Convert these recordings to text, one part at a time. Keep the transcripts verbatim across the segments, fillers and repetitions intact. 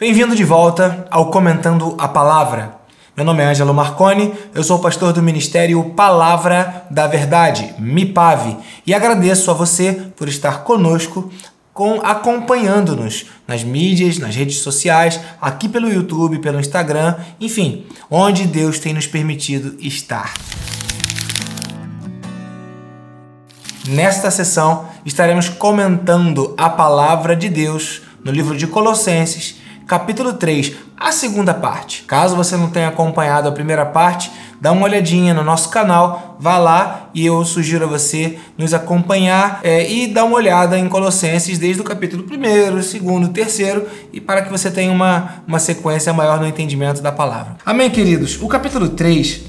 Bem-vindo de volta ao Comentando a Palavra. Meu nome é Ângelo Marconi, eu sou pastor do Ministério Palavra da Verdade, MIPAV, e agradeço a você por estar conosco, com, acompanhando-nos nas mídias, nas redes sociais, aqui pelo YouTube, pelo Instagram, enfim, onde Deus tem nos permitido estar. Nesta sessão, estaremos comentando a Palavra de Deus no livro de Colossenses, capítulo três, a segunda parte. Caso você não tenha acompanhado a primeira parte, dá uma olhadinha no nosso canal, vá lá e eu sugiro a você nos acompanhar é, e dar uma olhada em Colossenses desde o capítulo primeiro, segundo, terceiro, e para que você tenha uma, uma sequência maior no entendimento da palavra. Amém, queridos? O capítulo três,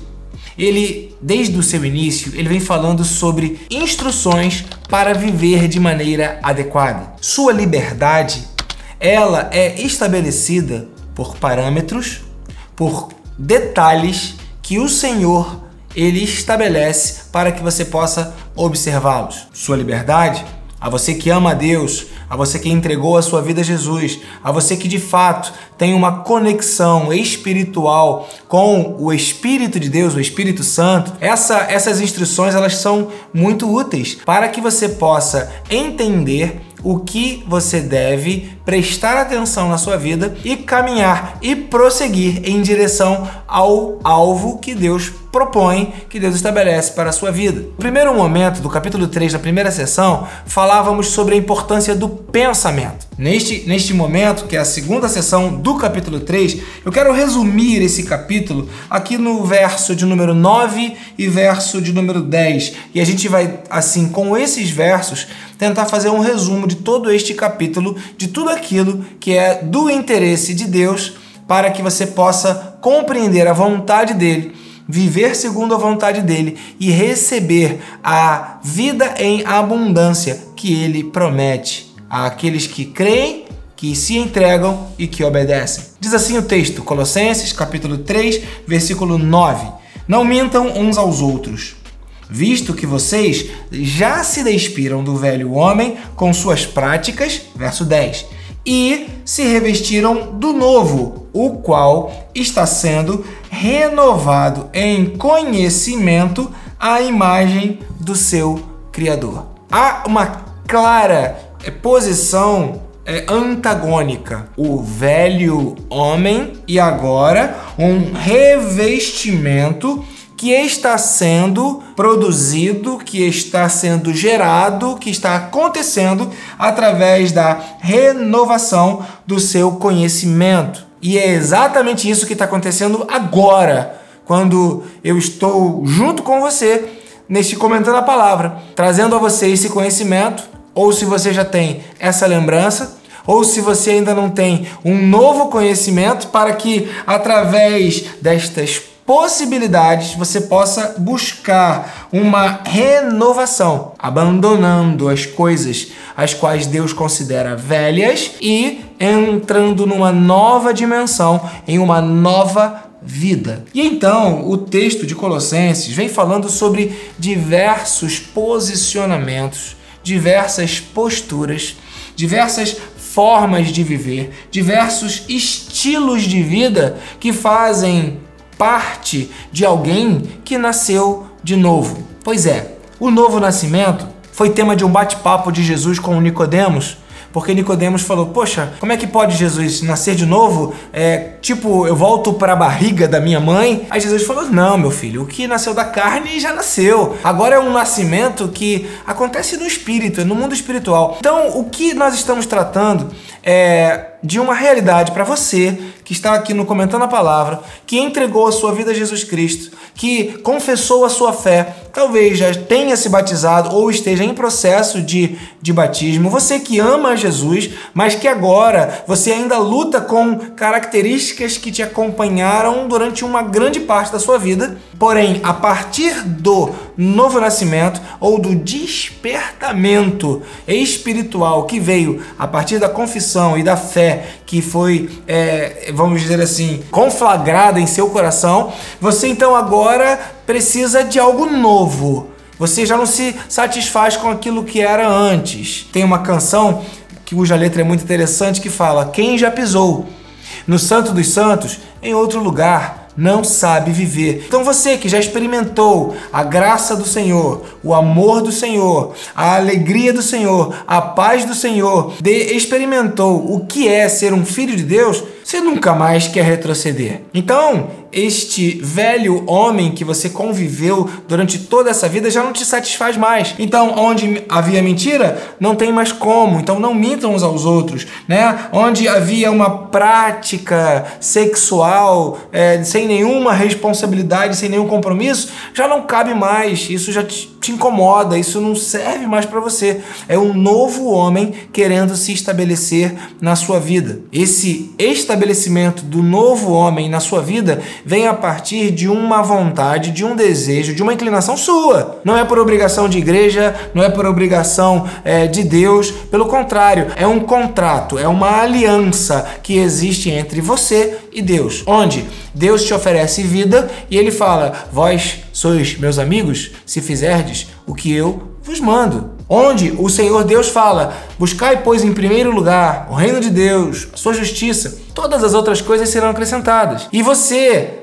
ele, desde o seu início, ele vem falando sobre instruções para viver de maneira adequada. Sua liberdade, ela é estabelecida por parâmetros, por detalhes que o Senhor ele estabelece para que você possa observá-los. Sua liberdade, a você que ama a Deus, a você que entregou a sua vida a Jesus, a você que de fato tem uma conexão espiritual com o Espírito de Deus, o Espírito Santo, essa, essas instruções elas são muito úteis para que você possa entender o que você deve prestar atenção na sua vida e caminhar e prosseguir em direção ao alvo que Deus propõe, que Deus estabelece para a sua vida. No primeiro momento do capítulo três, na primeira sessão, falávamos sobre a importância do pensamento. Neste, neste momento, que é a segunda sessão do capítulo três, eu quero resumir esse capítulo aqui no verso de número nove e verso de número dez. E a gente vai, assim, com esses versos, tentar fazer um resumo de todo este capítulo, de tudo aquilo que é do interesse de Deus, para que você possa compreender a vontade dele, viver segundo a vontade dele e receber a vida em abundância que ele promete àqueles que creem, que se entregam e que obedecem. Diz assim o texto, Colossenses, capítulo três, versículo nove. Não mintam uns aos outros, visto que vocês já se despiram do velho homem com suas práticas, verso dez, e se revestiram do novo, o qual está sendo renovado em conhecimento à imagem do seu Criador. Há uma clara posição é, antagônica. O velho homem e agora um revestimento que está sendo produzido, que está sendo gerado, que está acontecendo através da renovação do seu conhecimento. E é exatamente isso que está acontecendo agora, quando eu estou junto com você, neste Comentando a Palavra, trazendo a você esse conhecimento, ou se você já tem essa lembrança, ou se você ainda não tem um novo conhecimento, para que através destas possibilidades você possa buscar uma renovação, abandonando as coisas as quais Deus considera velhas e entrando numa nova dimensão, em uma nova vida. E então o texto de Colossenses vem falando sobre diversos posicionamentos, diversas posturas, diversas formas de viver, diversos estilos de vida que fazem parte de alguém que nasceu de novo. Pois é, o novo nascimento foi tema de um bate-papo de Jesus com Nicodemos, porque Nicodemos falou, poxa, como é que pode Jesus nascer de novo? É, tipo, eu volto para a barriga da minha mãe? Aí Jesus falou, não, meu filho, o que nasceu da carne já nasceu. Agora é um nascimento que acontece no espírito, é no mundo espiritual. Então, o que nós estamos tratando é de uma realidade para você que está aqui no Comentando a Palavra, que entregou a sua vida a Jesus Cristo, que confessou a sua fé, talvez já tenha se batizado ou esteja em processo de, de batismo, você que ama Jesus, mas que agora você ainda luta com características que te acompanharam durante uma grande parte da sua vida, porém, a partir do novo nascimento ou do despertamento espiritual que veio a partir da confissão e da fé que foi, é, vamos dizer assim, conflagrada em seu coração, você então agora precisa de algo novo. Você já não se satisfaz com aquilo que era antes. Tem uma canção cuja letra é muito interessante que fala: quem já pisou no Santo dos Santos, em outro lugar, não sabe viver. Então você que já experimentou a graça do Senhor, o amor do Senhor, a alegria do Senhor, a paz do Senhor, de, experimentou o que é ser um filho de Deus, você nunca mais quer retroceder. Então, este velho homem que você conviveu durante toda essa vida já não te satisfaz mais. Então, onde havia mentira, não tem mais como. Então, não mintam uns aos outros, né? Onde havia uma prática sexual é, sem nenhuma responsabilidade, sem nenhum compromisso, já não cabe mais. Isso já te, te incomoda, isso não serve mais para você. É um novo homem querendo se estabelecer na sua vida. Esse estabelecimento do novo homem na sua vida vem a partir de uma vontade, de um desejo, de uma inclinação sua. Não é por obrigação de igreja, não é por obrigação é, de Deus. Pelo contrário, é um contrato, é uma aliança que existe entre você e Deus, onde Deus te oferece vida e Ele fala: vós sois meus amigos se fizerdes o que eu vos mando. Onde o Senhor Deus fala: buscai, pois, em primeiro lugar o reino de Deus, a sua justiça, todas as outras coisas serão acrescentadas. E você,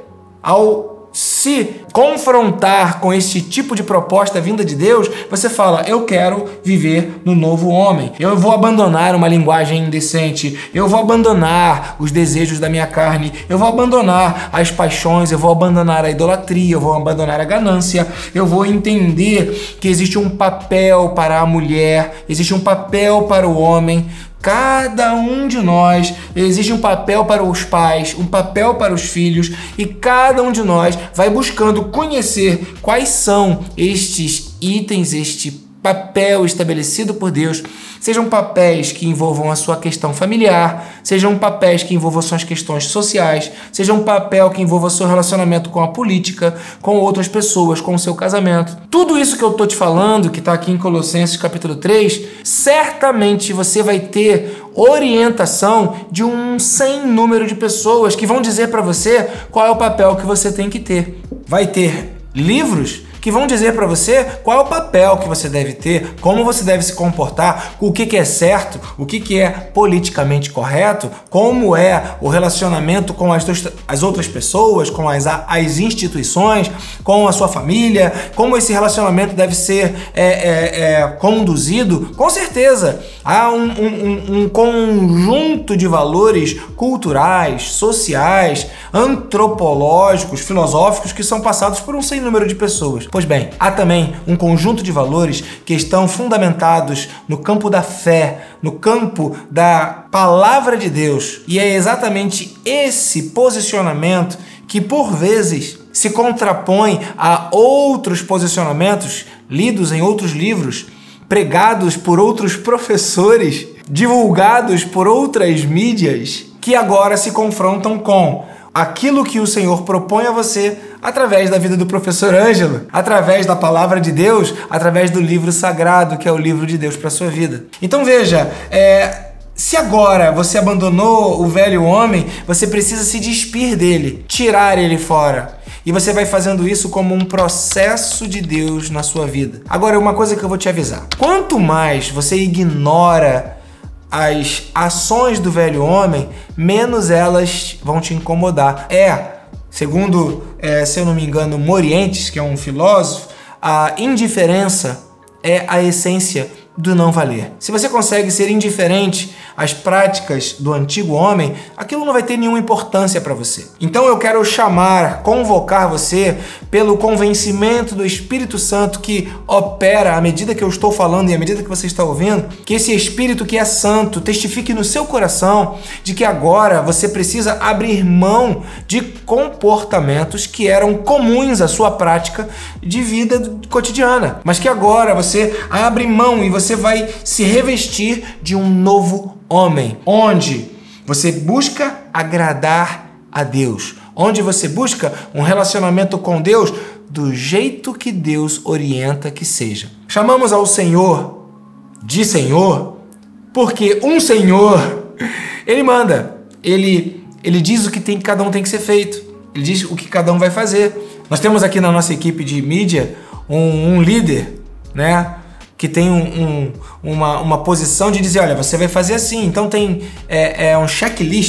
ao se confrontar com este tipo de proposta vinda de Deus, você fala: eu quero viver no novo homem, eu vou abandonar uma linguagem indecente, eu vou abandonar os desejos da minha carne, eu vou abandonar as paixões, eu vou abandonar a idolatria, eu vou abandonar a ganância, eu vou entender que existe um papel para a mulher, existe um papel para o homem. Cada um de nós, existe um papel para os pais, um papel para os filhos, e cada um de nós vai buscando conhecer quais são estes itens, este papel estabelecido por Deus, sejam papéis que envolvam a sua questão familiar, sejam papéis que envolvam suas questões sociais, seja um papel que envolva seu relacionamento com a política, com outras pessoas, com o seu casamento. Tudo isso que eu estou te falando, que está aqui em Colossenses capítulo três, certamente você vai ter orientação de um sem número de pessoas que vão dizer para você qual é o papel que você tem que ter. Vai ter livros que vão dizer para você qual é o papel que você deve ter, como você deve se comportar, o que, que é certo, o que, que é politicamente correto, como é o relacionamento com as, as outras pessoas, com as, as instituições, com a sua família, como esse relacionamento deve ser é, é, é, conduzido. Com certeza, há um, um, um conjunto de valores culturais, sociais, antropológicos, filosóficos que são passados por um sem número de pessoas. Pois bem, há também um conjunto de valores que estão fundamentados no campo da fé, no campo da palavra de Deus. E é exatamente esse posicionamento que, por vezes, se contrapõe a outros posicionamentos lidos em outros livros, pregados por outros professores, divulgados por outras mídias, que agora se confrontam com aquilo que o Senhor propõe a você através da vida do professor Ângelo, através da palavra de Deus, através do livro sagrado, que é o livro de Deus para a sua vida. Então veja, é, se agora você abandonou o velho homem, você precisa se despir dele, tirar ele fora. E você vai fazendo isso como um processo de Deus na sua vida. Agora, uma coisa que eu vou te avisar. Quanto mais você ignora as ações do velho homem, menos elas vão te incomodar. É, segundo, é, se eu não me engano, Morientes, que é um filósofo, a indiferença é a essência do não valer. Se você consegue ser indiferente às práticas do antigo homem, aquilo não vai ter nenhuma importância para você. Então eu quero chamar, convocar você pelo convencimento do Espírito Santo que opera à medida que eu estou falando e à medida que você está ouvindo, que esse Espírito que é santo testifique no seu coração de que agora você precisa abrir mão de comportamentos que eram comuns à sua prática de vida cotidiana, mas que agora você abre mão e você Você vai se revestir de um novo homem, onde você busca agradar a Deus, onde você busca um relacionamento com Deus do jeito que Deus orienta que seja. Chamamos ao Senhor de Senhor porque um Senhor, Ele manda, Ele, ele diz o que tem, cada um tem que ser feito, Ele diz o que cada um vai fazer. Nós temos aqui na nossa equipe de mídia um, um líder, né? Que tem um, um, uma, uma posição de dizer, olha, você vai fazer assim. Então tem é, é um checklist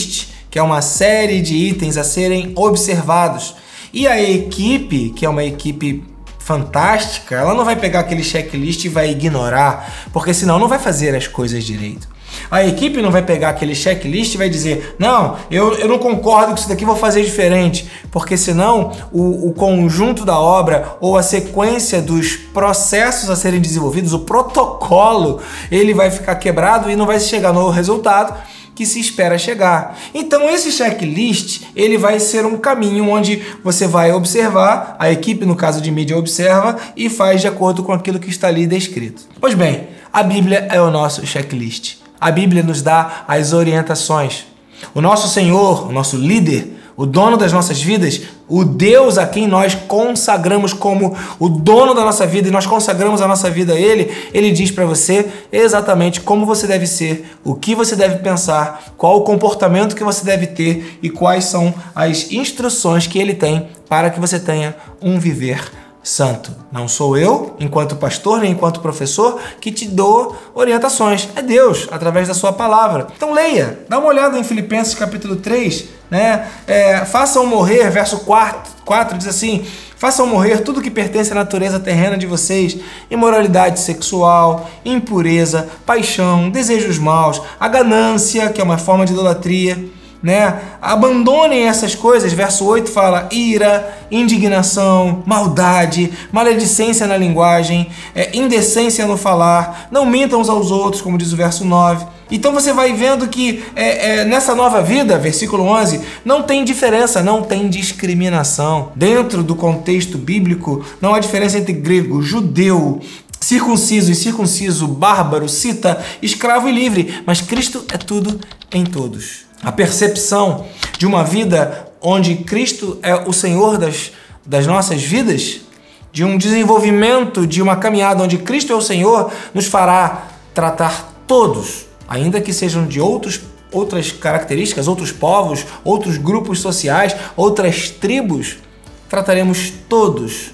que é uma série de itens a serem observados. E a equipe, que é uma equipe fantástica, ela não vai pegar aquele checklist e vai ignorar, porque senão não vai fazer as coisas direito. A equipe não vai pegar aquele checklist e vai dizer, não, eu, eu não concordo com isso daqui, vou fazer diferente, porque senão o, o conjunto da obra ou a sequência dos processos a serem desenvolvidos, o protocolo, ele vai ficar quebrado e não vai chegar no resultado que se espera chegar. Então esse checklist, ele vai ser um caminho onde você vai observar, a equipe, no caso de mídia, observa e faz de acordo com aquilo que está ali descrito. Pois bem, a Bíblia é o nosso checklist. A Bíblia nos dá as orientações. O nosso Senhor, o nosso líder, o dono das nossas vidas, o Deus a quem nós consagramos como o dono da nossa vida e nós consagramos a nossa vida a Ele, Ele diz para você exatamente como você deve ser, o que você deve pensar, qual o comportamento que você deve ter e quais são as instruções que Ele tem para que você tenha um viver santo. Não sou eu, enquanto pastor, nem enquanto professor, que te dou orientações. É Deus, através da sua palavra. Então leia, dá uma olhada em Filipenses capítulo três, né? É, façam morrer, verso quatro, diz assim, façam morrer tudo que pertence à natureza terrena de vocês, imoralidade sexual, impureza, paixão, desejos maus, a ganância, que é uma forma de idolatria, né? Abandonem essas coisas. Verso oito fala ira, indignação, maldade, maledicência na linguagem, é, indecência no falar, não mintam uns aos outros, como diz o verso nove. Então você vai vendo que é, é, nessa nova vida, versículo onze, não tem diferença, não tem discriminação. Dentro do contexto bíblico, não há diferença entre grego, judeu, circunciso e circunciso, bárbaro, cita, escravo e livre, mas Cristo é tudo em todos. A percepção de uma vida onde Cristo é o Senhor das, das nossas vidas, de um desenvolvimento, de uma caminhada onde Cristo é o Senhor, nos fará tratar todos, ainda que sejam de outros, outras características, outros povos, outros grupos sociais, outras tribos, trataremos todos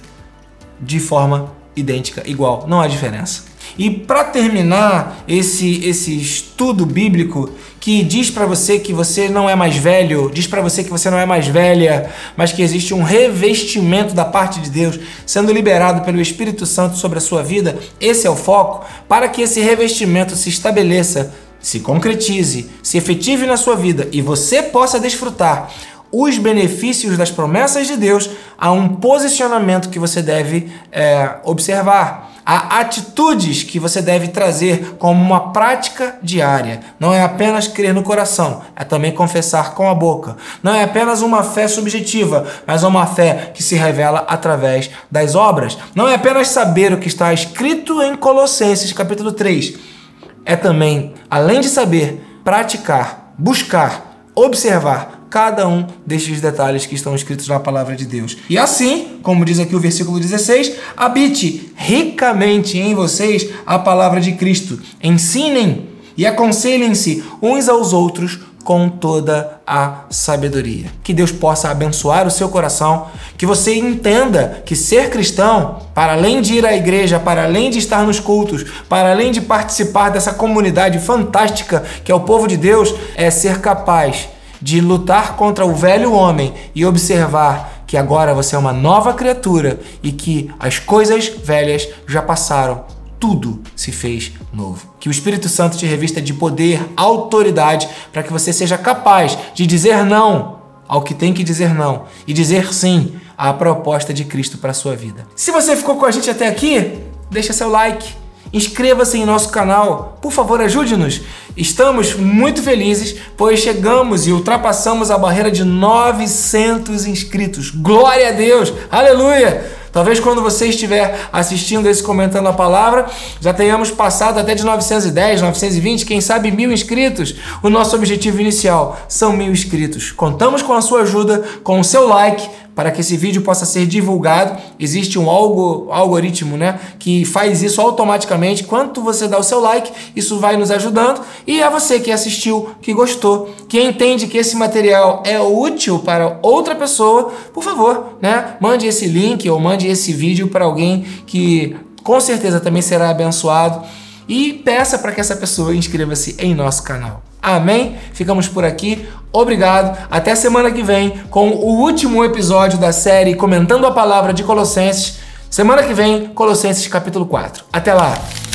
de forma idêntica, igual, não há diferença. E para terminar esse, esse estudo bíblico que diz para você que você não é mais velho, diz para você que você não é mais velha, mas que existe um revestimento da parte de Deus sendo liberado pelo Espírito Santo sobre a sua vida, esse é o foco, para que esse revestimento se estabeleça, se concretize, se efetive na sua vida e você possa desfrutar os benefícios das promessas de Deus. Há um posicionamento que você deve é, observar. Há atitudes que você deve trazer como uma prática diária. Não é apenas crer no coração, é também confessar com a boca. Não é apenas uma fé subjetiva, mas uma fé que se revela através das obras. Não é apenas saber o que está escrito em Colossenses capítulo três. É também, além de saber, praticar, buscar, observar cada um destes detalhes que estão escritos na palavra de Deus. E assim, como diz aqui o versículo dezesseis, habite ricamente em vocês a palavra de Cristo. Ensinem e aconselhem-se uns aos outros com toda a sabedoria. Que Deus possa abençoar o seu coração, que você entenda que ser cristão, para além de ir à igreja, para além de estar nos cultos, para além de participar dessa comunidade fantástica que é o povo de Deus, é ser capaz de lutar contra o velho homem e observar que agora você é uma nova criatura e que as coisas velhas já passaram, tudo se fez novo. Que o Espírito Santo te revista de poder, autoridade, para que você seja capaz de dizer não ao que tem que dizer não e dizer sim à proposta de Cristo para a sua vida. Se você ficou com a gente até aqui, deixa seu like. Inscreva-se em nosso canal, por favor, ajude-nos. Estamos muito felizes, pois chegamos e ultrapassamos a barreira de novecentos inscritos. Glória a Deus! Aleluia! Talvez quando você estiver assistindo esse Comentando a Palavra, já tenhamos passado até de novecentos e dez, novecentos e vinte, quem sabe mil inscritos. O nosso objetivo inicial são mil inscritos. Contamos com a sua ajuda, com o seu like, para que esse vídeo possa ser divulgado. Existe um algo, algoritmo, né, que faz isso automaticamente. Quanto você dá o seu like, isso vai nos ajudando. E a você que assistiu, que gostou, que entende que esse material é útil para outra pessoa, por favor, né, mande esse link ou mande esse vídeo para alguém que com certeza também será abençoado. E peça para que essa pessoa inscreva-se em nosso canal. Amém? Ficamos por aqui. Obrigado. Até semana que vem com o último episódio da série Comentando a Palavra de Colossenses. Semana que vem, Colossenses capítulo quatro. Até lá!